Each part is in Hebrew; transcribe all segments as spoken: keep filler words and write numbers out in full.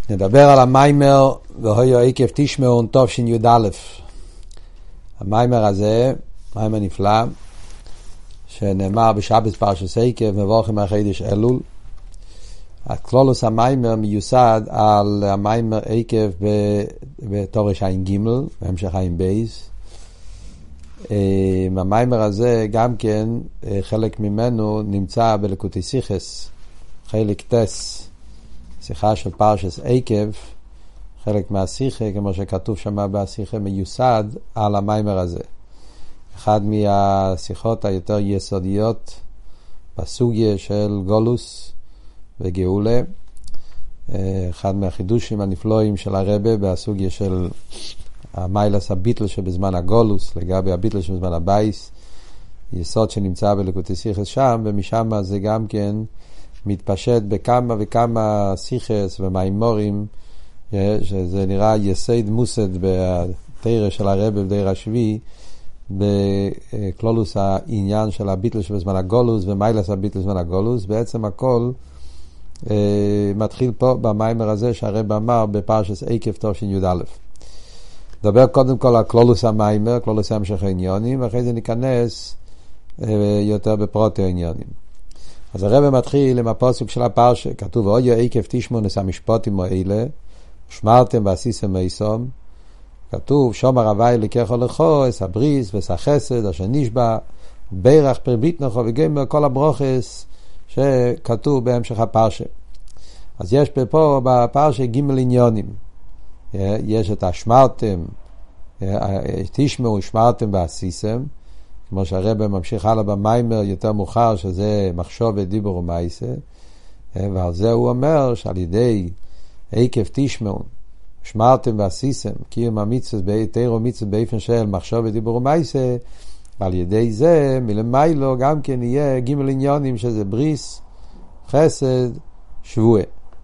נדבר על המיימר והיו עקב תשמעון תש"י. המיימר הזה, מיימר נפלא, שנאמר בשבת פרשת עקב מבורכים מהחידש אלול. הכלולוס המיימר מיוסד על המיימר עקב בתורש עין ג' בהמשך עין בייס. המיימר הזה גם כן חלק ממנו נמצא בליקוטי שיחס, חלק טס, שיחה של פרשת עקב, חלק מהשיחה, כמו שכתוב שם בשיחה, מיוסד על המיימר הזה. אחד מהשיחות היותר יסודיות בסוגיה של גולוס וגאולה, אחד מהחידושים הנפלאים של הרבי בסוגיה של המיילס הביטל שבזמן הגולוס, לגבי הביטל שבזמן הבייס, יסוד שנמצא בליקוטי שיחס שם, ומשם זה גם כן מתפשט בכמה וכמה שיחס ומיימורים, שזה נראה יסד מוסד בתורה של הרבי בדיר השביעי, בכלולוס העניין של הביטל שבזמן הגולוס ומיילס הביטל שבזמן הגולוס. בעצם הכל אה, מתחיל פה במיימר הזה שהרבי אמר בפרשת עקב תש"י. נדבר קודם כל על כלולוס המיימר, כלולוס המשך העניונים, ואחרי זה ניכנס אה, יותר בפרוטי העניונים. אז הרבי מתחיל עם הפסוק של הפרשה, כתוב עוד עקב תשמעון את המשפטים האלה, שמרתם ועשיתם מייסום. כתוב שומר הווי לקחו לכו, אס הבריס ואס החסד אשר נשבע, בירך פרבית נכו וגמר, כל הברוכס שכתוב בהמשך הפרשה. אז יש פה בפרשה ג' עניונים. יש את השמרתם, תשמעו שמרתם ועשיתם, כמו שהרבי ממשיך הלאה במיימר יותר מאוחר, שזה מחשוב ודיבור ומעשה, ועל זה הוא אומר שעל ידי עקב תשמעון שמרתם ועשיתם, קיום המצוות תורה ומצוות באופן של מחשוב ודיבור ומעשה, על ידי זה מלמיילו גם כן יהיה ג' עניונים, שזה בריס, חסד, שבועה.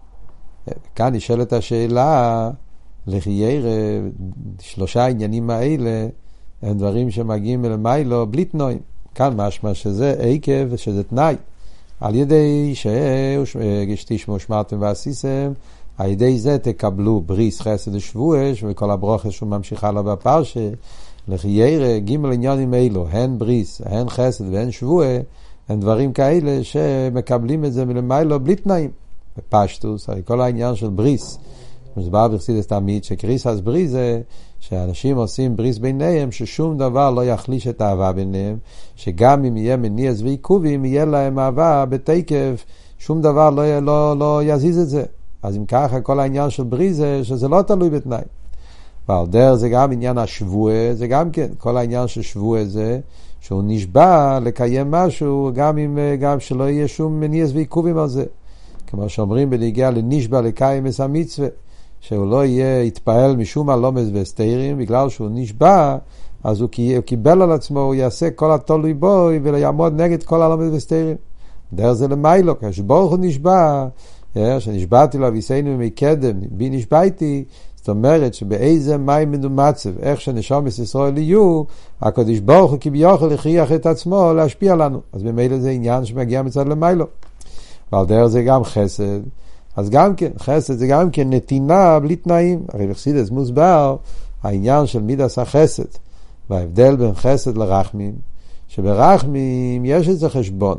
כאן נשאלת השאלה, לחיירה שלושה עניינים האלה הם דברים שמגיעים מלמיילו בלי תנועים. כאן משמע שזה עקב, שזה תנאי. על ידי שתשמעו שמרתם ועשיתם, על ידי זה תקבלו בריס, חסד ושבועש, וכל הברוכס שהוא ממשיך הלאה בפרשה. לחיירה ג' עניונים אלו, הן בריס, הן חסד והן שבועה, הם דברים כאלה שמקבלים את זה מלמיילו בלי תנאים. בפשטוס, הרי כל העניין של בריס, מסבר בחסידות תמיד שקריסס בריס זה שאנשים עושים בריס ביניהם, ששום דבר לא יחליש את האהבה ביניהם, שגם אם יהיה מניעס ועיכובים יהיה להם אהבה בתקף, שום דבר לא, לא, לא יזיז את זה. אז אם ככה כל העניין של בריס זה שזה לא תלוי בתנאי. ועל דרך זה גם עניין השבועה, זה גם כן כל העניין של שבועה זה שהוא נשבע לקיים משהו גם אם גם שלא יהיה שום מניעס ועיכובים על זה, כמו שאומרים בנגיעה לנשבע לקיים את המצווה, שהוא לא יהיה יתפעל משום הלומס וסתירים, בגלל שהוא נשבע, אז הוא קיבל על עצמו, הוא יעשה כל התולוי בו, ויעמוד נגד כל הלומס וסתירים. דרך זה למיילו, כשברוך הוא נשבע, שנשבעתי לו אביסנו מקדם, בי נשבעתי, זאת אומרת שבאיזה מים מדומצב, איך שנשומס ישראל יהיו, הקדוש ברוך הוא כביכול הכריח את עצמו להשפיע לנו. אז במילא זה עניין שמגיע מצד למיילו. ועל דרך זה גם חסד, אז גם כן, חסד זה גם כן נתינה בלי תנאים. הרי בחסידות מוסבר העניין של מידס החסד, וההבדל בין חסד לרחמים, שברחמים יש איזה חשבון,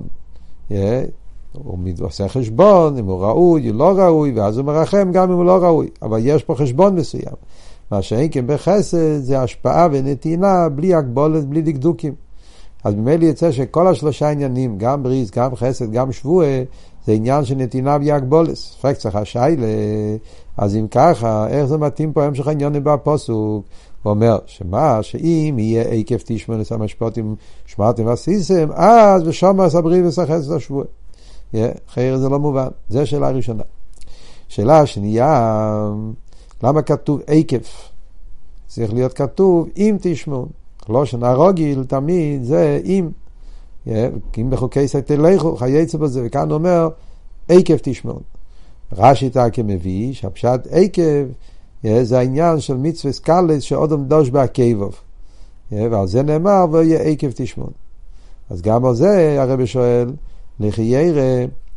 הוא עושה חשבון אם הוא ראוי או לא ראוי, ואז הוא מרחם גם אם הוא לא ראוי, אבל יש פה חשבון מסוים. מה שאין כן בחסד זה השפעה ונתינה בלי הגבולת, בלי דקדוקים. אז במילא יצא שכל השלושה עניינים, גם בריס, גם חסד, גם שבועה, זה עניין של נתינה בלי הגבולס. פרק צריך השיילה. אז אם ככה, איך זה מתאים פה המשך העניינים בפסוק? הוא אומר שמה, שאם יהיה עקב תשמעון את המשפטים שמרתם ועשיתם, אז ושומר את הבריס וחסד ושבועה. אחרי זה לא מובן. זו שאלה ראשונה. שאלה שנייה, למה כתוב עקב? צריך להיות כתוב אם תשמעון. לא שנהרוגיל תמיד זה אם, אם בחוקי סתלכו חייצה בזה, וכאן אומר עקב תשמעון. רש"י תקה מביא שהפשט עקב זה העניין של מצווה סקלס שאודם דוש בעקבוב, ועל זה נאמר ויהיה עקב תשמעון. אז גם על זה הרבי שואל לחיירה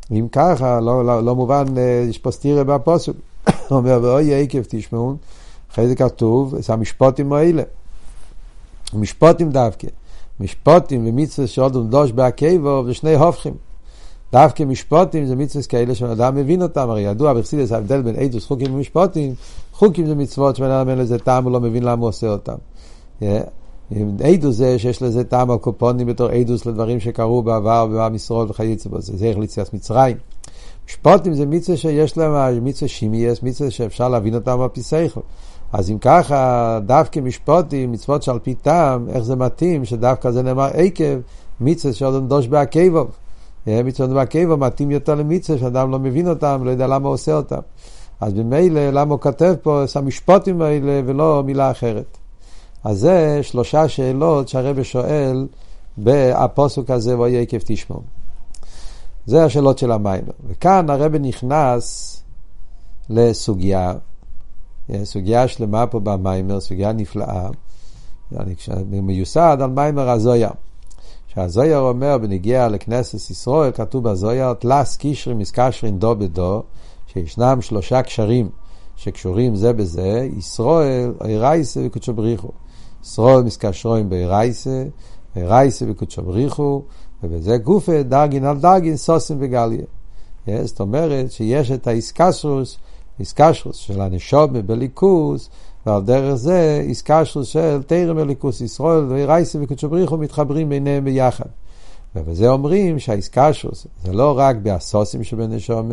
אם ככה, לא, לא, לא מובן, יש פה סתירה בפסוק. הוא אומר, ואוי עקב תשמעון, אחרי זה כתוב, זה המשפטים האלה. משפטים דווקא. משפטים ומצווה שעוד ונדוש בעקבו, זה שני הופכים. דווקא משפטים זה מצווה כאלה שאדם מבין אותם, הרי ידוע בחסידות ההבדל בין עדות חוקים ומשפטים, חוקים זה מצוות שבן אדם אין לזה טעם, הוא לא מבין למה הוא עושה אותם. עדות זה שיש לזה טעם על קופונים בתור עדות לדברים שקרו בעבר בעם ישראל וחייצה בו, זה איך ליציאת מצרים. משפטים זה מצווה שיש להם, מצווה שימייס, מצווה שאפשר להבין אותם על פי שכל. אז אם ככה, דווקא משפטים, מצוות שעל פי טעם, איך זה מתאים שדווקא זה נאמר עקב, מצווה שעוד נדוש בעקבו. מצוות בעקבו מתאים יותר למצווה שאדם לא מבין אותם, לא יודע למה הוא עושה אותם. אז במילא, למה הוא כתב פה את המשפטים האלה ולא מילה אחרת. אז זה שלושה שאלות שהרבא שואל בפסוק הזה, ואוי עקב תשמעון. זה השאלות של המיימר. וכאן הרבא נכנס לסוגיה, סוגיה שלמה פה במיימר, סוגיה נפלאה, מיוסד על מיימר הזויה. שהזויה אומר בנגיע לכנסת ישראל, כתוב בזויה, תלס קישרים מסקשרים דו בדו, שישנם שלושה קשרים שקשורים זה בזה, ישראל, אירייסה וקודשו בריחו. ישראל מסקשרים באירייסה, אירייסה וקודשו בריחו, ובזה גופה דרגין על דרגין סוסים וגליה. זאת אומרת שיש את האיסקשרוס, איסקשרוס של הנשום בליכוס, ועל דרך זה איסקשרוס של תרם בליכוס, ישראל ואירייסה וקודשו בריחו מתחברים ביניהם ביחד. ובזה אומרים שהאיסקשרוס זה לא רק בהסוסים שבנשום,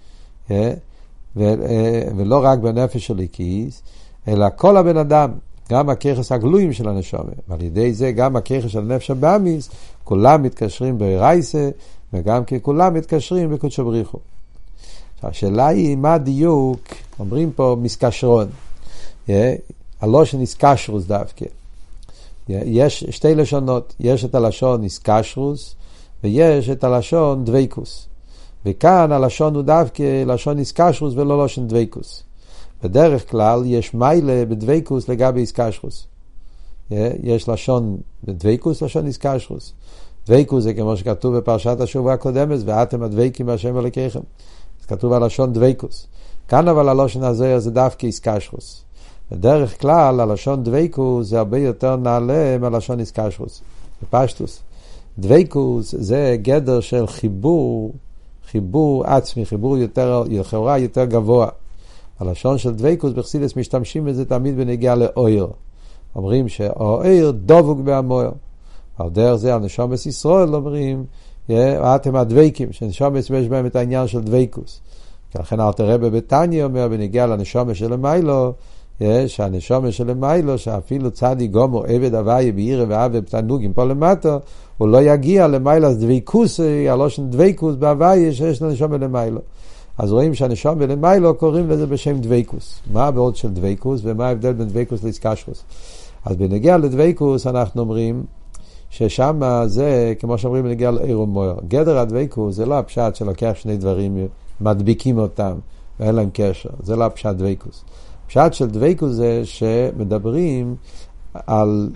ולא רק בנפש של ליקיס, אלא כל הבן אדם, גם הכיחס הגלויים של הנשמה, ועל ידי זה גם הכיחס של נפש הבאמיס, כולם מתקשרים ברייסה, וגם כי כולם מתקשרים בקודשו בריחו. השאלה היא מה דיוק, אומרים פה מסקשרון, הלושן איסקשרוס דווקא. יש שתי לשונות, יש את הלשון איסקשרוס, ויש את הלשון דוויקוס. וכאן הלשון הוא דווקא לשון איסקשרוס ולא לשון דוויקוס. בדרך כלל יש מיילה בדוויקוס לגבי איסקשרוס. יש לשון בדוויקוס, לשון איסקשרוס. דוויקוס זה כמו שכתוב בפרשת השבוע הקודמת, ואתם הדוויקים בהשם אלוקיכם. זה כתוב על לשון דוויקוס. כאן אבל הלשון הזה זה דווקא איסקשרוס. בדרך כלל הלשון דוויקוס זה הרבה יותר נעלה מהלשון איסקשרוס. בפשטוס. דוויקוס זה גדר של חיבור, חיבור עצמי, חיבור יותר, לכאורה יותר גבוה. הלשון של דוויקוס בחסידות משתמשים בזה תמיד בנגיעה לאויר. אומרים שהאויר דבוק בהמויר. על דרך זה, על נשומת ישראל אומרים, אתם הדוויקים, שנשומת יש בהם את העניין של דוויקוס. לכן אלתר רבי בתניא אומר בנגיעה לנשומת של המיילו, שהנשומת של המיילו, שאפילו צדי גומר עבד הוויה בעירה ועבד בתענוגים פה למטה, הוא לא יגיע למיילס דוויקוס, הלושן דוויקוס בהוויה שיש לנשומת למיילו. אז רואים שהנשום ולמיילו קוראים לזה בשם דוויקוס. מה הבעוד של דוויקוס ומה ההבדל בין דוויקוס לאיסקשרוס? אז בנגיע לדוויקוס אנחנו אומרים ששם זה, כמו שאומרים בנגיע לאירום מויר, גדר הדוויקוס זה לא הפשט שלוקח שני דברים, מדביקים אותם ואין להם קשר, זה לא הפשט דוויקוס. הפשט של דוויקוס זה שמדברים על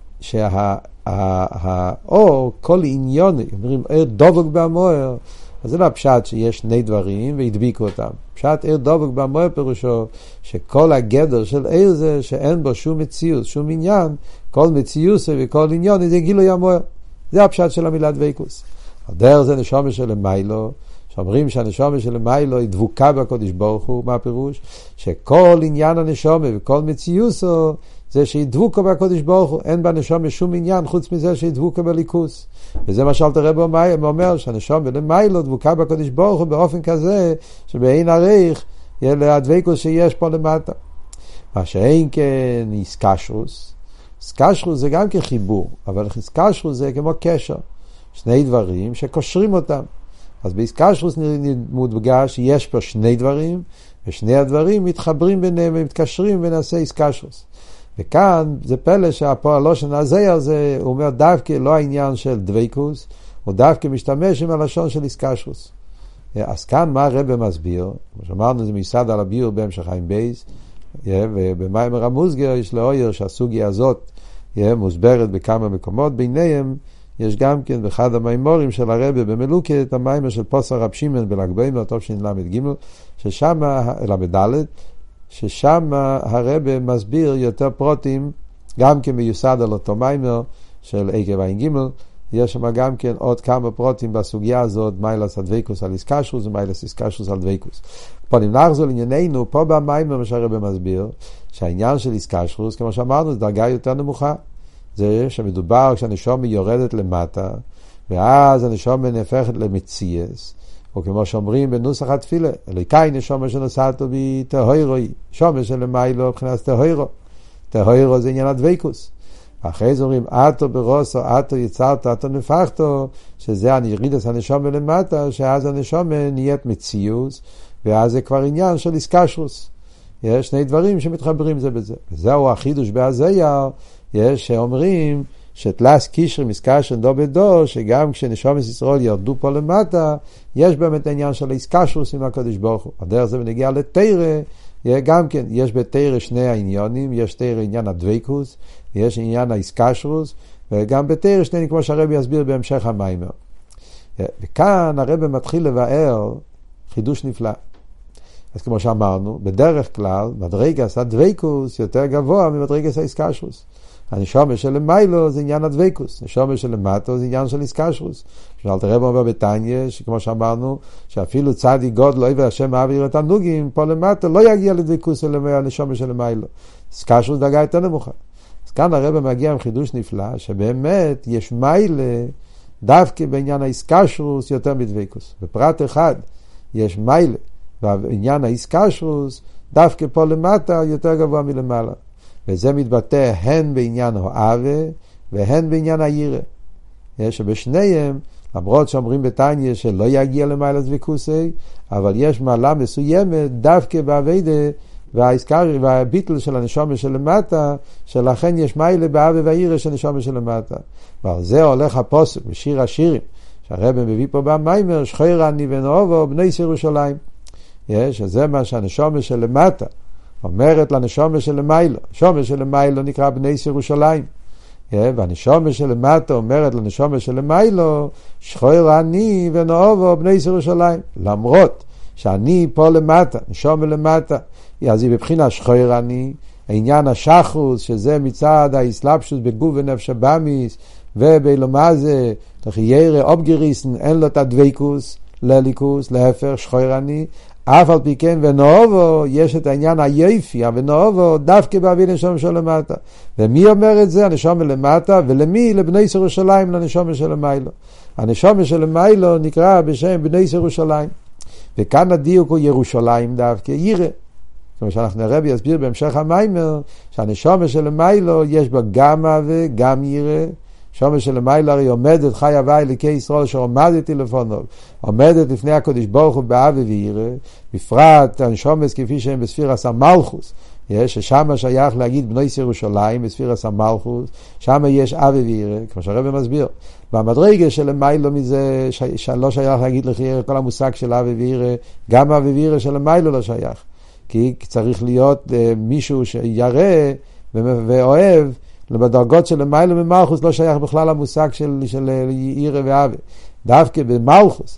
שהאור, כל עניון, אומרים עיר דבוק בהמויר, אז זה לא הפשט שיש שני דברים והדביקו אותם. פשט עיר דבוק בהמויר פירושו שכל הגדר של עיר זה שאין בו שום מציאות, שום עניין, כל מציאות וכל עניין זה גילוי המויר. זה הפשט של המילה דוויקוס. הדרך זה נשומה של המיילו, שאומרים שהנשומה של המיילו היא דבוקה בקודש ברוך הוא, מה הפירוש? שכל עניין הנשומה וכל מציאות זה שהיא דבוקה בקודש ברוך הוא, אין בנשומה שום עניין חוץ מזה שהיא דבוקה בליכוס. וזה מה שאלתר רבי אומר, שהנשומה למיילו דבוקה בקודש ברוך הוא באופן כזה שבאין עריך יהיה להדבקות שיש פה למטה. מה שאין כן איסקשרוס, איסקשרוס זה גם כחיבור, אבל איסקשרוס זה כמו קשר, שני דברים שקושרים אותם. אז באיסקשרוס מודגש שיש פה שני דברים, ושני הדברים מתחברים ביניהם ומתקשרים ונעשה איסקשרוס. וכאן זה פלא שהפועלושן הזה הזה, הוא אומר דווקא לא העניין של דוויקוס, הוא דווקא משתמש עם הלשון של איסקשרוס. אז כאן מה הרב מסביר, כמו שאמרנו זה מיסד על הביור בהמשך חיים בייס, ובמיימר המוסגר יש לאויר שהסוגיה הזאת מוסברת בכמה מקומות, ביניהם יש גם כן באחד המיימורים של הרבי במלוקה את המיימר של פוסר רב שמעון בל"ג בעומר תשל"ג, ששם למד, ששם הרבי מסביר יותר פרוטים, גם כן מיוסד על אותו מיימר של עקב עין ג', יש שם גם כן עוד כמה פרוטים בסוגיה הזאת, מיילס הדבקוס על איסקשרוס ומיילס איסקשרוס על דבקוס. פה נחזור לענייננו, פה במיימר מה שהרבי מסביר, שהעניין של איסקשרוס, כמו שאמרנו, זה דרגה יותר נמוכה. זה שמדובר כשהנשמה יורדת למטה, ואז הנשמה נהפכת למציאס, או כמו שאומרים בנוסח התפילה, אלוקי נשמה שנוסעתו בי טהוירוי, נשמה שלמיילו מבחינת טהוירו. טהוירו זה עניין הדבקוס. אחרי זה אומרים, אתו ברוסו, אתו יצרת, אתו נפחתו, שזה הירידת הנשמה למטה, שאז הנשמה נהיית מציאוס, ואז זה כבר עניין של איסקשרוס. יש שני דברים שמתחברים זה בזה. וזהו החידוש בהזיה, יש שאומרים שתלס קישר מסקשר דו בדו, שגם כשנשומת ישראל ירדו פה למטה, יש באמת העניין של איסקשרוס עם הקדוש ברוך הוא. הדרך זה ונגיע לתורה, גם כן, יש בתורה שני העניונים, יש תורה עניין הדבקוס, יש עניין האיסקשרוס, וגם בתורה שני, כמו שהרבי יסביר בהמשך המיימר. וכאן הרבי מתחיל לבאר חידוש נפלא. אז כמו שאמרנו, בדרך כלל, מדרגת הדבקוס יותר גבוה ממדרגת האיסקשרוס. הנשמה שלמיילו זה עניין הדבקוס, הנשמה שלמטה זה עניין של איסקשרוס. שאלת הרב אומר בתניא, שכמו שאמרנו, שאפילו צדיק גודל אוהב השם מעביר את הנוגים, פה למטה לא יגיע לדבקוס אלא הנשמה שלמיילו. איסקשרוס דרגה יותר נמוכה. אז כאן הרב מגיע עם חידוש נפלא, שבאמת יש מיילה דווקא בעניין האיסקשרוס יותר מדבקוס. בפרט אחד יש מיילה, והעניין האיסקשרוס דווקא פה למטה יותר גבוה מלמעלה. וזה מתבטא הן בעניין האהבה והן בעניין היראה. שבשניהם, למרות שאומרים בתניא שלא יגיע למעלה דבקוסי, אבל יש מעלה מסוימת דווקא בעבודה והאיסקר והביטל של הנשמה שלמטה, שלכן יש מעלה באהבה והיראה של הנשמה שלמטה. ועל זה הולך הפוסק בשיר השירים, שהרב מביא פה במיימר, שכיר אני ונאובו בני ירושלים. שזה מה שהנשמה שלמטה אומרת לנשמה שלמיילו. הנשמה שלמיילו נקרא בני ירושלים. והנשמה שלמטה אומרת לנשמה שלמיילו, שכיר אני ונאובו בני ירושלים. למרות שאני פה למטה, נשמה למטה, אז היא בבחינה שכיר אני, העניין השחרוס, שזה מצד האסלאפשוס בגוף ונפש הבאמיס, ובאילומזה, תוך ירא אובגריסן, אין לו את הדבקוס, לליקוס, להפך, שכיר אני, אף על פי כן ונאובו, יש את העניין היופי, ונאובו דווקא באבי נשמה שלמטה. ומי אומר את זה? הנשמה למטה, ולמי? לבני ירושלים, לנשמה שלמיילו. הנשמה שלמיילו נקרא בשם בני ירושלים. וכאן הדיוק הוא ירושלים דווקא, ירא. כמו שאנחנו הרבי יסביר בהמשך המיימר, שהנשמה שלמיילו יש בה גם אהבה, גם ירא. הנשמה שלמיילו הרי עומדת חי הווי אלוקי ישראל שעומדתי לפניו, עומדת לפני הקדוש ברוך הוא באהבה ויראה, בפרט הנשמה כפי שהם בספירס המלכוס, ששם שייך להגיד בני ירושלים בספירס המלכוס, שם יש אהבה ויראה, כמו שהרבי מסביר. במדרגה שלמיילו מזה לא שייך להגיד לכי כל המושג של אהבה ויראה, גם אהבה ויראה שלמיילו לא שייך, כי צריך להיות מישהו שירא ואוהב. בדרגות של מיילו ממלכוס לא שייך בכלל למושג של, של יראה ואהבה. דווקא במלכוס,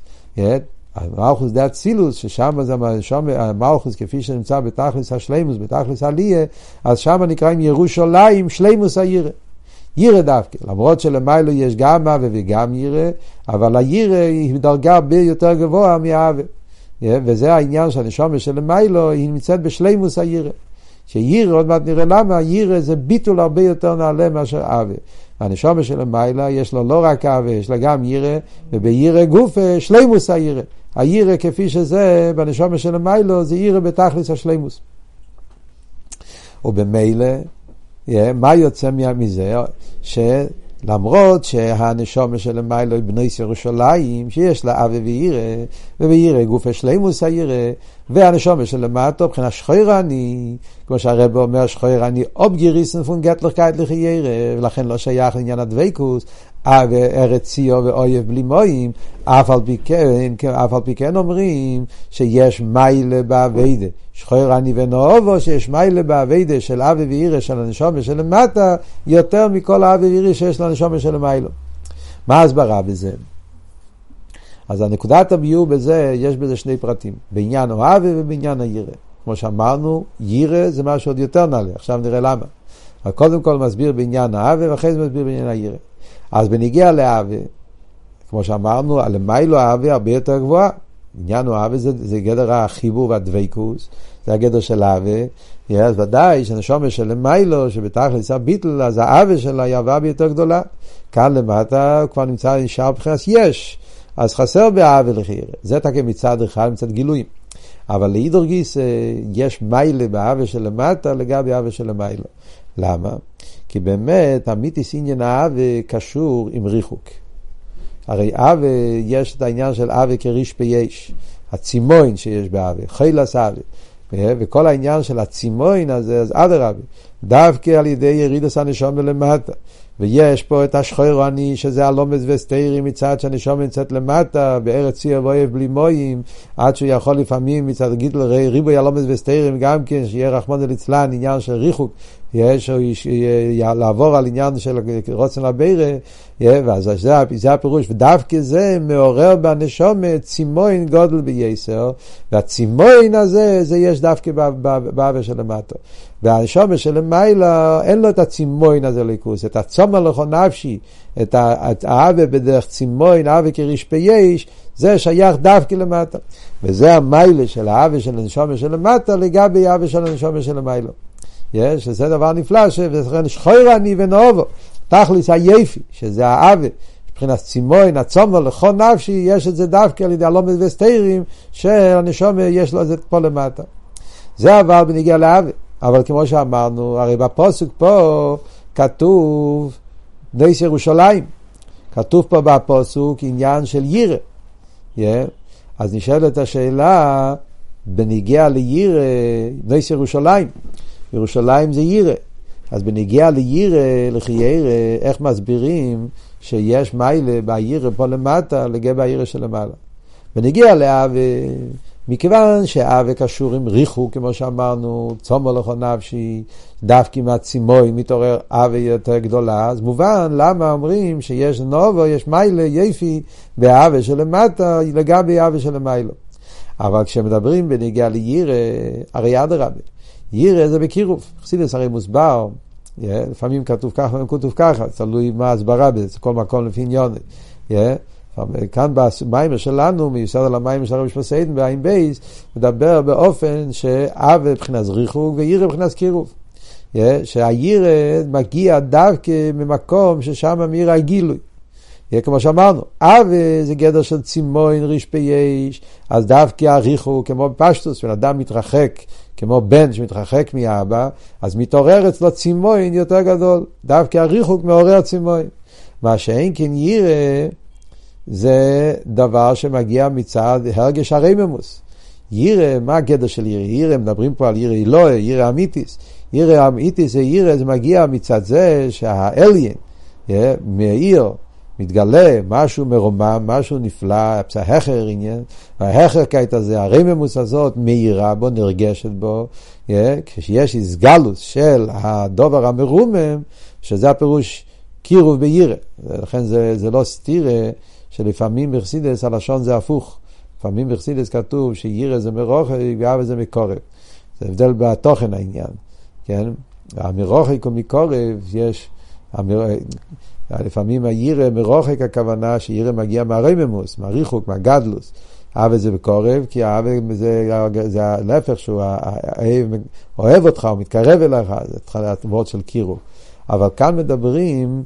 המלכוס זה אצילוס, ששם זה המלכוס כפי שנמצא בתכלס השלימוס, בתכלס עלייה, אז שם נקראים ירושלים שלימוס היראה. יראה דווקא, למרות שלמיילו יש גם אהבה וגם יראה, אבל היראה היא דרגה הרבה יותר גבוהה מהאהבה. וזה העניין שהנשמה שלמיילו היא נמצאת בשלימוס היראה. שירא, עוד מעט נראה למה, ירא זה ביטול הרבה יותר נעלה מאשר אהבה. הנשמה של המיילה יש לו לא רק אהבה, יש לה גם ירא, ובירא גוף שלימוס הירא. הירא כפי שזה, בנשמה של המיילה, זה ירא בתכלס השלימוס. ובמילא, מה יוצא מזה? שלמרות שהנשמה של המיילה היא בני ירושלים, שיש לה אהבה וירא, ובירא גוף שלימוס הירא, והנשמה שלמטה, מבחינה שכיר אני, כמו שהרב אומר, שכיר אני אובגריסן פון גטלכkeit לחיירה, ולכן לא שייך לעניין הדבקוס, ארץ ציו ואויב בלי מים, אף על פי כן, אף על פי כן אומרים שיש מיילה בעבודה, שכיר אני ונאובו, שיש מיילה בעבודה של אהבה ויראה של הנשמה שלמטה, יותר מכל האהבה ויראה שיש לנשמה שלמיילו. מה ההסברה בזה? אז הנקודת הביור בזה, יש בזה שני פרטים, בעניין האהבה ובעניין הירא. כמו שאמרנו, ירא זה משהו עוד יותר נעלה, עכשיו נראה למה. אבל קודם כל מסביר בעניין האהבה, ואחרי זה מסביר בעניין הירא. אז בניגיע לאהבה, כמו שאמרנו, הלמיילו האהבה הרבה יותר גבוהה. עניין האהבה זה, זה גדר החיבור והדבקות, זה הגדר של האהבה. אז ודאי שנשום של למיילו, שבתכלס הביטל, אז האהבה שלה היא אהבה ביותר גדולה. כאן למטה הוא כבר נמצא נשאר בחינת יש. אז חסר באהבה לחירה. זה תקה מצד אחד, מצד גילויים. אבל להידור גיס יש מיילה באהבה של למטה לגבי אהבה של למיילו. למה? כי באמת אמיתיס עניין האהבה קשור עם ריחוק. הרי אהבה, יש את העניין של אהבה כריש פייש, הצימוין שיש באהבה, חילס אהבה, וכל העניין של הצימוין הזה, אז אדרבה, דווקא על ידי ירידס הנשום למטה, ויש פה את השחור אני, שזה הלומד וסתירי מצד שהנשום נמצאת למטה, בארץ ציר ואוהב בלי מויים, עד שהוא יכול לפעמים מצד גידל ריבוי הלומד וסתירים גם כן, שיהיה רחמון ליצלן, עניין של ריחוק, יש לעבור על עניין של רוצן לבירה, ואז זה, זה הפירוש, ודווקא זה מעורר בנשום צימוין גודל בייסר, והצימוין הזה, זה יש דווקא באהבה של למטה. והנשום של למעלה, אין לו את הצימוין הזה ליכוס, את הצומר לכו נפשי, את האהבה בדרך צימוין, אהבה כריש פייש, זה שייך דווקא למטה. וזה המיילה של האהבה של הנשום של למטה, לגבי האהבה של הנשום של למעלה. יש, שזה דבר נפלא, שזה שחור אני ונאובו, תכלס היפי, שזה האהבה, מבחינת צימוין, הצומר לכל נפשי, יש את זה דווקא על ידי הלומד וסתירים, שהנשום יש לו את זה פה למטה. זה אבל בניגיע לאהבה. אבל כמו שאמרנו, הרי בפסוק פה כתוב נס ירושלים. כתוב פה בפסוק עניין של ירא. Yeah. אז נשאלת השאלה, בניגיע לירא, נס ירושלים. ירושלים זה ירא. אז בניגיע לירא, לכי ירא, איך מסבירים שיש מיילה בירא פה למטה, לגבי הירא שלמעלה. בניגיע לאהבה, מכיוון שאהבה קשור עם ריחוק, כמו שאמרנו, צומר לכו נפשי, דווקא מהצימוי מתעורר אהבה יותר גדולה, אז מובן למה אומרים שיש נובו, יש מיילה יפי באהבה שלמטה, לגבי אהבה שלמיילו. אבל כשמדברים בנגיעה לירא, הרי אדרבה, ירא זה בקירוב, חסידס הרי מוסבר, לפעמים כתוב ככה, לפעמים כתוב ככה, תלוי מה הסברה בזה, כל מקום לפי עניון. כאן במיימר שלנו, מיוסד על המיימר של הרב שפוסיידן בעין בייס, מדבר באופן שאהבה מבחינת ריחוק וירא מבחינת קירוב. שהירא מגיע דווקא ממקום ששם מאיר הגילוי. כמו שאמרנו, אהבה זה גדר של צימוין ריש פייש, אז דווקא הריחוק, כמו בפשטוס, when אדם מתרחק, כמו בן שמתרחק מאבא, אז מתעורר אצלו צימוין יותר גדול. דווקא הריחוק מעורר צימוין. מה שאין כן ירא, זה דבר שמגיע מצד הרגש הרממוס. ירא, מה הגדר של ירא? ירא, מדברים פה על ירא אלוהי, ירא אמיתיס. ירא אמיתיס זה ירא, זה מגיע מצד זה שהאליין מאיר, מתגלה משהו מרומם, משהו נפלא, ההכר עניין, וההכר כעת הזה, הרממוס הזאת מאירה בו, נרגשת בו, כשיש הסגלוס של הדובר המרומם, שזה הפירוש קירוב בירא. לכן זה, זה לא סתירה, שלפעמים בחסידס הלשון זה הפוך. לפעמים בחסידס כתוב שירא זה מרוחק ואהבה זה מקורב. זה הבדל בתוכן העניין. כן? המרוחק ומקורב יש, המר... לפעמים הירא מרוחק הכוונה שירא מגיע מהרממוס, מהריחוק, מהגדלוס. אהבה זה בקורב, כי האהבה זה, זה להפך שהוא אוהב אותך, הוא מתקרב אליך, זה התמרות של קירוב. אבל כאן מדברים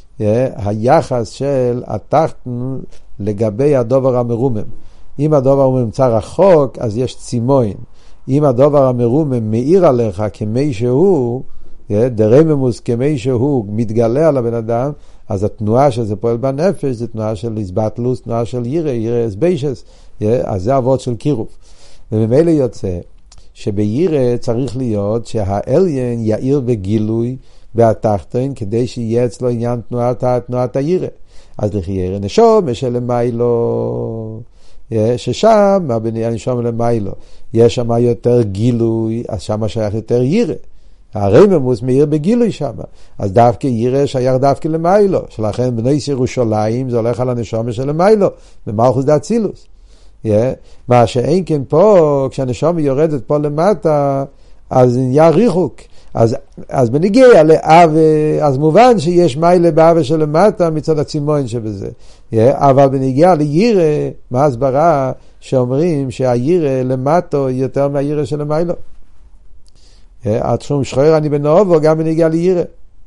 היחס של התחתן לגבי הדובר המרומם. אם הדובר המרומם נמצא רחוק, אז יש צימוין. אם הדובר המרומם מאיר עליך כמי שהוא, דרממוס כמי שהוא מתגלה על הבן אדם, אז התנועה שזה פועל בנפש, זה תנועה של הסבטלוס, תנועה של ירא, ירא אסביישס, אז זה עבוד של קירוב. וממילא יוצא שבירא צריך להיות שהאליין יאיר בגילוי והתחתן, כדי שיהיה אצלו עניין תנועת, תנועת הירא. אז לכי ירא נשום שלמיילו, ששם, הנשום למיילו, יש שם יותר גילוי, אז שם שייך יותר ירא. הרממוס מאיר בגילוי שם. אז דווקא ירא שייך דווקא למיילו, שלכן בנס ירושלים זה הולך על הנשמה של למיילו, במלכות דאצילוס. Yeah. מה שאין כן פה, כשהנשמה יורדת פה למטה, אז נהיה ריחוק. אז, אז בנגיע לאב, אז מובן שיש מיילה באב של למטה מצד הצימון שבזה. Yeah. אבל בנגיע לירא, מה הסברה שאומרים שהירא למטה יותר מהירא של למיילו? עד שום שחרר אני בנאובו, גם בנגיע לירא.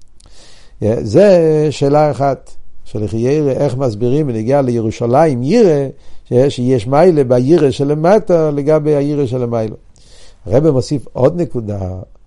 זה שאלה אחת, שלכי ירא, איך מסבירים בנגיע לירושלים ירא, שיש מיילה בירא של למטה לגבי הירא של למיילו. הרב מוסיף עוד נקודה,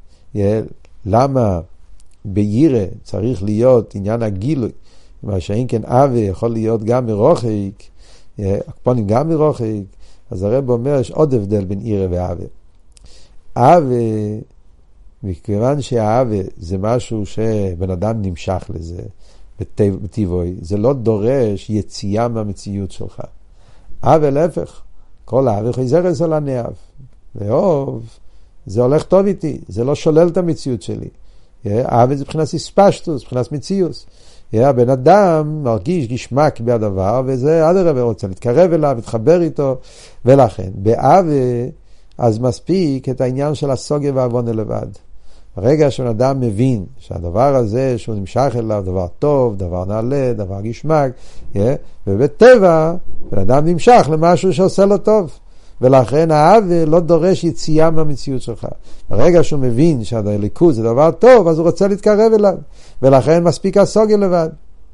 למה בירא צריך להיות עניין הגילוי, מה שאין כן אבי יכול להיות גם מרוחק, הקפונים גם מרוחק, אז הרב אומר יש עוד הבדל בין ירא ואבי. אבי, מכיוון שהאהבה זה משהו שבן אדם נמשך לזה בטבעוי, זה לא דורש יציאה מהמציאות שלך. אהבה להפך, כל אהבה חוזר אצל הנאהב. ואהוב, זה הולך טוב איתי, זה לא שולל את המציאות שלי. אהבה זה מבחינת הספשטוס, מבחינת מציאות. הבן אדם מרגיש גשמק בהדבר, וזה עד הרבה רוצה להתקרב אליו, להתחבר איתו, ולכן באהבה אז מספיק את העניין של הסוגיה והעוונה לבד. ברגע שבן אדם מבין שהדבר הזה שהוא נמשך אליו דבר טוב, דבר נעלה, דבר גשמק, yeah, ובטבע בן אדם נמשך למשהו שעושה לו טוב, ולכן האהבה לא דורש יציאה מהמציאות שלך. ברגע שהוא מבין שהליכוז זה דבר טוב, אז הוא רוצה להתקרב אליו, ולכן מספיק הסוגיה לבד.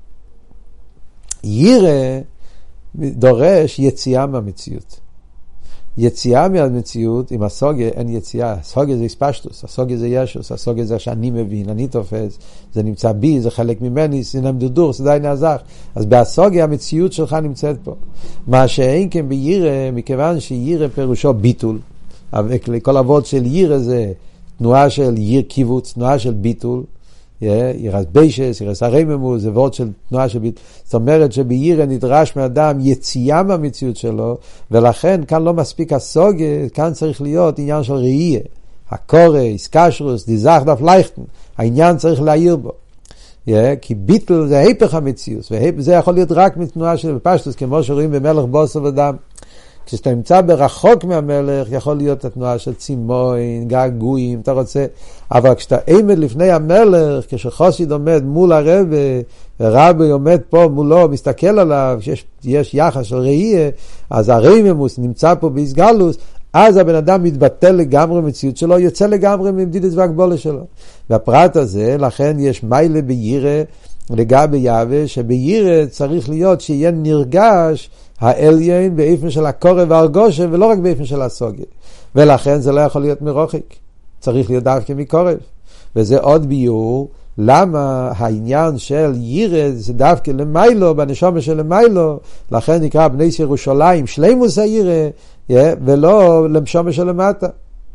ירא דורש יציאה מהמציאות. יציאה מהמציאות, עם הסוגיה אין יציאה. הסוגיה זה הספשטוס, הסוגיה זה ישוס, הסוגיה זה שאני מבין, אני תופס, זה נמצא בי, זה חלק ממני, זה נמדודור, זה די נעזר. אז בהסוגיה המציאות שלך נמצאת פה. מה שאין כן בירא, מכיוון שירא פירושו ביטול, כל עבוד של ירא זה תנועה של יר קיבוץ, תנועה של ביטול, ירס ביישס, ירס הרממוס, זה וורט של תנועה של ביטול. זאת אומרת שבירא נדרש מאדם יציאה מהמציאות שלו, ולכן כאן לא מספיק הסוגיה, כאן צריך להיות עניין של ראייה, הקורא, איסקשרוס, דיזח דף לייכטן, העניין צריך להעיר בו. כי ביטול זה היפך המציאות, וזה יכול להיות רק מתנועה של פשטוס, כמו שרואים במלך בוסר ודם. כשאתה נמצא ברחוק מהמלך, יכול להיות התנועה של צימון, געגועים, אתה רוצה, אבל כשאתה עמד לפני המלך, כשחסיד עומד מול הרבי, ורבי עומד פה מולו, מסתכל עליו, שיש יש יחס של ראייה, אז הרממוס נמצא פה באיסגלוס, אז הבן אדם מתבטל לגמרי במציאות שלו, יוצא לגמרי ממדידת והגבולה שלו. והפרט הזה, לכן יש מיילה בירא, לגבי יהווה, שבירא צריך להיות שיהיה נרגש האליין באיפן של הקורא והרגושה, ולא רק באיפן של הסוגיה. ולכן זה לא יכול להיות מרוחק. צריך להיות דווקא מקורב. וזה עוד ביור, למה העניין של ירא זה דווקא למיילו, בנשמה של למיילו, לכן נקרא בנס ירושלים, שלימוס הירא, ולא לנשמה של למטה.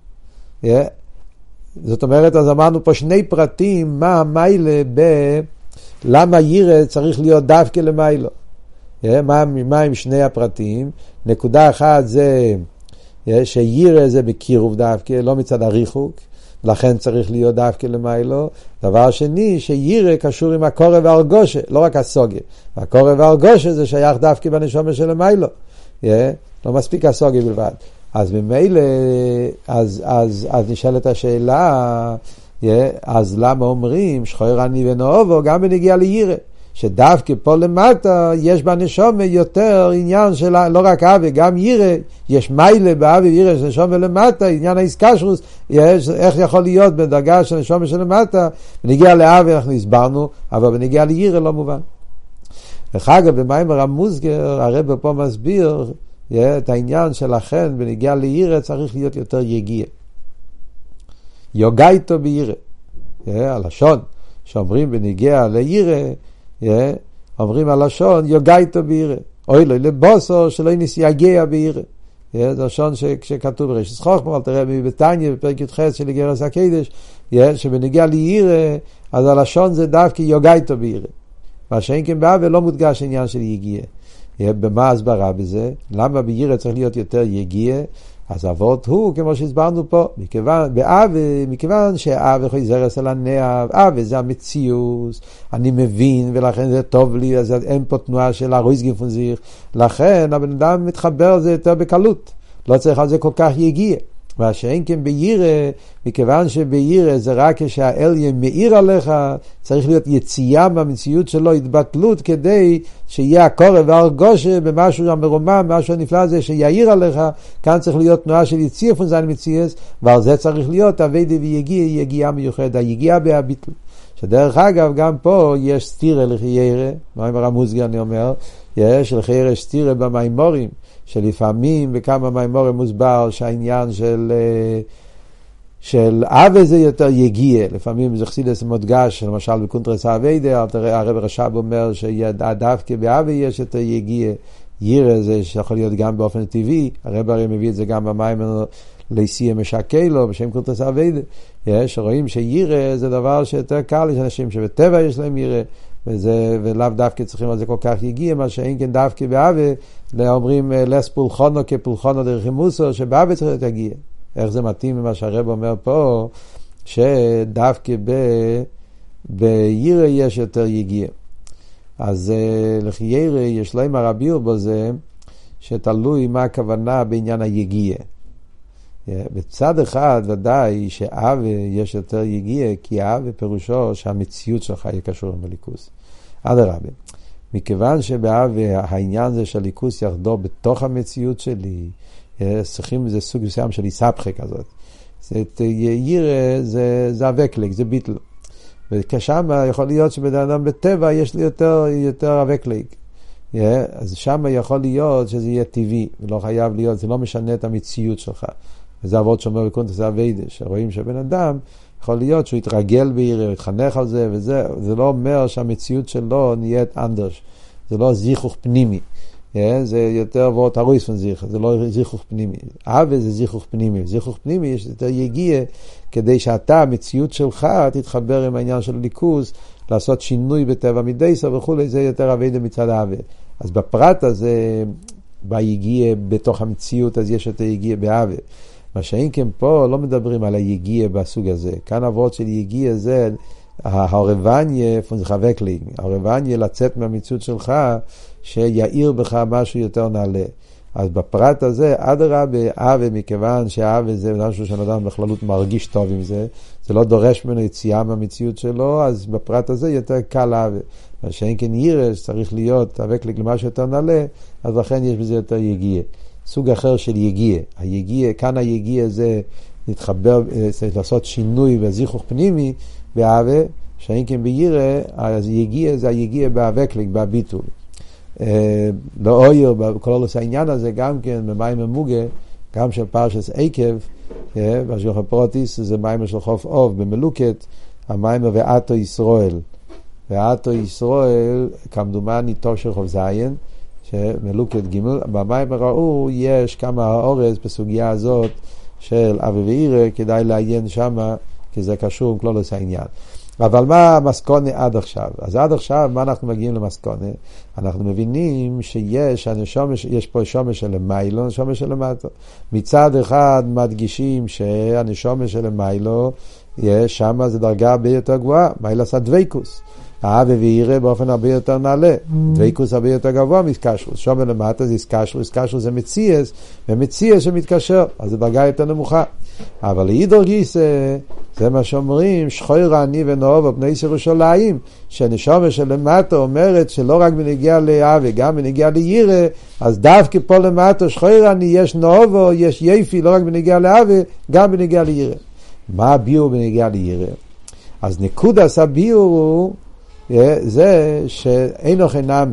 זאת אומרת, אז אמרנו פה שני פרטים, מה המיילה ב... למה ירא צריך להיות דווקא למיילו. מה, מה עם שני הפרטים? נקודה אחת זה שירא זה בקירוב דווקא, לא מצד הריחוק, לכן צריך להיות דווקא למיילו. דבר שני, שירא קשור עם הקורא והרגושה, לא רק הסוגיה. הקורא והרגושה זה שייך דווקא בנשמה של למיילו. לא מספיק הסוגיה בלבד. אז במילא, אז, אז, אז נשאלת השאלה, אז למה אומרים שחור אני ונאובו גם בנגיע לירא? שדווקא פה למטה יש בנשמה יותר עניין של לא רק אבי, גם ירא, יש מיילה באבי וירא של נשמה למטה, עניין האיסקשרוס, יש, איך יכול להיות בדרגה של נשמה של למטה, בנגיע לאבי אנחנו הסברנו, אבל בנגיע לירא לא מובן. אגב, במאמר המוסגר, הרב פה מסביר את העניין שלכן, בנגיע לירא צריך להיות יותר יגיע. יוגייתו בירא. הלשון, שאומרים בנגיע לירא, אומרים הלשון, יוגייתו בירא. אוי לא, לבוסו שלא יגיע בירא. זה לשון שכתוב ברשת חוכמה, אל תראה מבטניה, בפרק י"ח של איגרס הקדש, שבנגיע לירא, אז הלשון זה דווקא יוגייתו בירא. מה שאין כן באווה לא מודגש עניין של יגיע. במה הסברה בזה? למה בירא צריך להיות יותר יגיע? אז אבות הוא, כמו שהסברנו פה, מכיוון, באב, מכיוון שאב יכול זרס על הנאב, אב זה המציאות, אני מבין, ולכן זה טוב לי, אז אין פה תנועה של הרויזגין פון זיך, לכן הבן אדם מתחבר לזה יותר בקלות, לא צריך על זה כל כך יגיע. מה שאין כן בירא, מכיוון שבירא זה רק כשהאליה מאיר עליך, צריך להיות יציאה מהמציאות שלו, התבטלות, כדי שיהיה הקורא והרגושה במשהו המרומם, משהו הנפלא הזה שיעיר עליך. כאן צריך להיות תנועה של יציאה פון זיין מציאס, ועל זה צריך להיות אביידה ויגיע, יגיעה מיוחדת, היגיעה בהביטל. שדרך אגב גם פה יש סתירה לחיירה, מאמר המוסגר אני אומר, יש לחיירה סתירה במיימורים, שלפעמים בכמה מיימורים מוסבר שהעניין של של אבא זה יותר יגיע, לפעמים זה חסידס מודגש, למשל בקונטרס אביידה, הרב רש"ב אומר שדווקא באבא יש יותר יגיע, ירא זה שיכול להיות גם באופן טבעי, הרב הרי מביא את זה גם במיימר ליסיה משקלו, בשם קונטרס אביידה, יש, רואים שירא זה דבר שיותר קל, יש אנשים שבטבע יש להם ירא, וזה, ולאו דווקא צריכים על זה כל כך יגיע, מה שאין כן דווקא באבא, אומרים לס פולחונו כפולחונו דרך מוסו, שבאבא צריך להיות יגיע. איך זה מתאים ממה שהרב אומר פה, שדווקא ב, בירא יש יותר יגיע. אז לחיירא יש להם הרביר בזה, שתלוי מה הכוונה בעניין היגיע. בצד אחד ודאי שאב יש יותר יגיע, כי אב פירושו שהמציאות שלך יהיה קשור עם הליכוס. אדרבה, מכיוון שבאב העניין זה שהליכוס יחדור בתוך המציאות שלי, צריכים איזה סוג מסוים של איסבכה כזאת. ירא זה, זה אבקלג, זה ביטל. וכשם יכול להיות שבן אדם בטבע יש לי יותר, יותר אבקלג. אז שם יכול להיות שזה יהיה טבעי, ולא חייב להיות, זה לא משנה את המציאות שלך. וזה עבוד שאומר בקונטרס אביידה, שרואים שבן אדם יכול להיות שהוא יתרגל בירא, הוא יתחנך על זה, וזה זה לא אומר שהמציאות שלו נהיית אנדרש, זה לא זיכוך פנימי, זה יותר וורט הרויס פון זיך, זה לא זיכוך פנימי. אבא זה זיכוך פנימי, זיכוך פנימי יש יותר יגיע, כדי שאתה, המציאות שלך, תתחבר עם העניין של ליכוז, לעשות שינוי בטבע מדייסה וכו', זה יותר אביידה מצד אבא. אז בפרט הזה, ביגיע בתוך המציאות, אז יש יותר יגיע באבא. מה שאין כן פה לא מדברים על היגיע בסוג הזה. כאן עבוד של יגיע זה הרבניה פון זכווקלינג, הרבניה לצאת מהמציאות שלך שיעיר בך משהו יותר נעלה. אז בפרט הזה אדרבה אבא, מכיוון שאבא זה משהו שאדם בכללות מרגיש טוב עם זה, זה לא דורש ממנו יציאה מהמציאות שלו, אז בפרט הזה יותר קל אבא. מה שאין כן ירא צריך להיות אבקלינג למשהו יותר נעלה, אז לכן יש בזה יותר יגיע. סוג אחר של יגיע. היגיע, כאן היגיע זה להתחבר, צריך לעשות שינוי בזיכוך פנימי באהבה, שאין כן בירא, אז יגיע זה היגיע באבקלינג, בביטול. לא אויר, בכל העניין הזה גם כן, במים ממוגה, גם של פרשס עקב, בשביל הפרוטיס, זה מים של חוף אוב, במלוקת, המים ואתו ישראל. ואתו ישראל, כמדומני תושר חוף זיין, שמלוקת ג' במים ראו יש כמה האורז בסוגיה הזאת של אבי ואירא, כדאי לעיין שמה, כי זה קשור עם כלולוס העניין. אבל מה המסקונה עד עכשיו? אז עד עכשיו מה אנחנו מגיעים למסקונה? אנחנו מבינים שיש הנשומש, יש פה שומש של מיילו, נשומש של למטו. מצד אחד מדגישים שהנשומש של מיילו, יש שמה זה דרגה הרבה יותר גבוהה, מיילס הדוויקוס. האבא ואירא באופן הרבה יותר נעלה, דוויקוס הרבה יותר גבוה מתקשרוס, שומר למטה זה איסקשרוס, איסקשרוס זה מציאס, ומציאס שמתקשר, אז זה דרגה יותר נמוכה. אבל להידור גיסא, זה מה שאומרים, שחויר אני ונאוב בני ירושלים, שנשומר שלמטה אומרת שלא רק בנגיע לאבא, גם בנגיע לאירא, אז דווקא פה למטה, שחויר אני, יש נאובו, יש יפי, לא רק בנגיע לאבא, גם בנגיע לאירא. מה הביאור בנגיע לאירא? אז נקודס הביאור הוא, זה שאינו חינמה,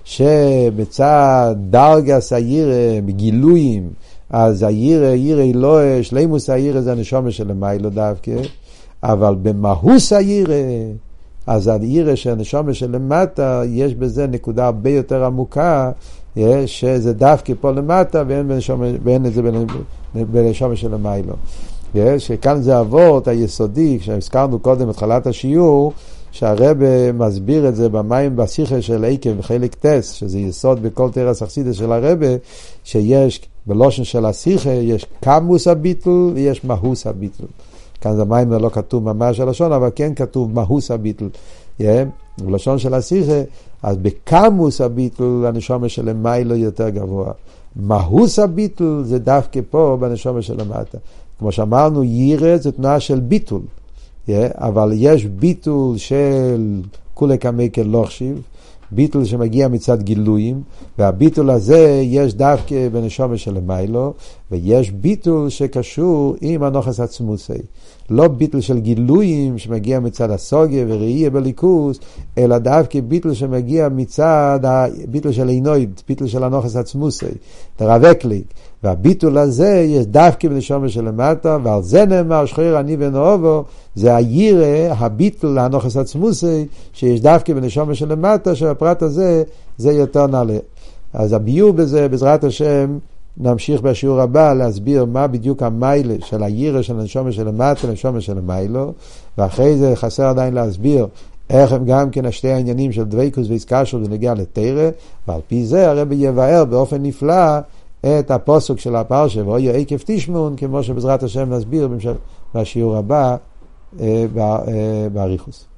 שבצד דרגס הירא בגילויים, אז הירא, הירא אלוהי, שלימוס הירא זה הנשמה של המיילו דווקא, אבל במהוס הירא, אז הירא של הנשמה של למטה, יש בזה נקודה הרבה יותר עמוקה, שזה דווקא פה למטה, ואין את זה בנשמה של המיילו. שכאן זה עבוד היסודי, כשהזכרנו קודם התחלת השיעור, שהרב מסביר את זה במים בשיחה של עקב בחלק טס, שזה יסוד בכל תרס אכסידס של הרב, שיש בלושן של השיחה יש כמוס הביטל ויש מהוס הביטל. כאן זה מים לא כתוב ממש הלשון, אבל כן כתוב מהוס הביטל. Yeah. בלשון של השיחה, אז בכמוס הביטל הנשמה של מיילו יותר גבוה. מהוס הביטל זה דווקא פה בנשמה של למטה. כמו שאמרנו, ירא זה תנועה של ביטול. Yeah. אבל יש ביטול של כולי כמי כלוכשיב, ביטול שמגיע מצד גילויים, והביטול הזה יש דווקא בנשמה של מיילו, ויש ביטול שקשור עם הנוחס עצמוסי. לא ביטול של גילויים שמגיע מצד הסוגיה וראייה בליכוס, אלא דווקא ביטול שמגיע מצד הביטול של אינויד, ביטול של הנוחס עצמוסי, תרווקליק. והביטול הזה יש דווקא בנשמה של למטה, ועל זה נאמר שחרר אני ונאובו, זה הירא, הביטול להנוחס עצמוסי, שיש דווקא בנשמה של למטה, שהפרט הזה זה יותר נעלה. אז הביור בזה, בעזרת השם, נמשיך בשיעור הבא להסביר מה בדיוק המיילה של הירא של הנשמה של למטה, הנשמה של המיילו, ואחרי זה חסר עדיין להסביר איך הם גם כן השתי העניינים של דוויקוס ואיסקשו ונגיע לתרא, ועל פי זה הרב יבאר באופן נפלא את הפוסוק של הפרשה, ואוי עקב תשמעון, כמו שבעזרת השם נסביר בשיעור הבא באריכוס.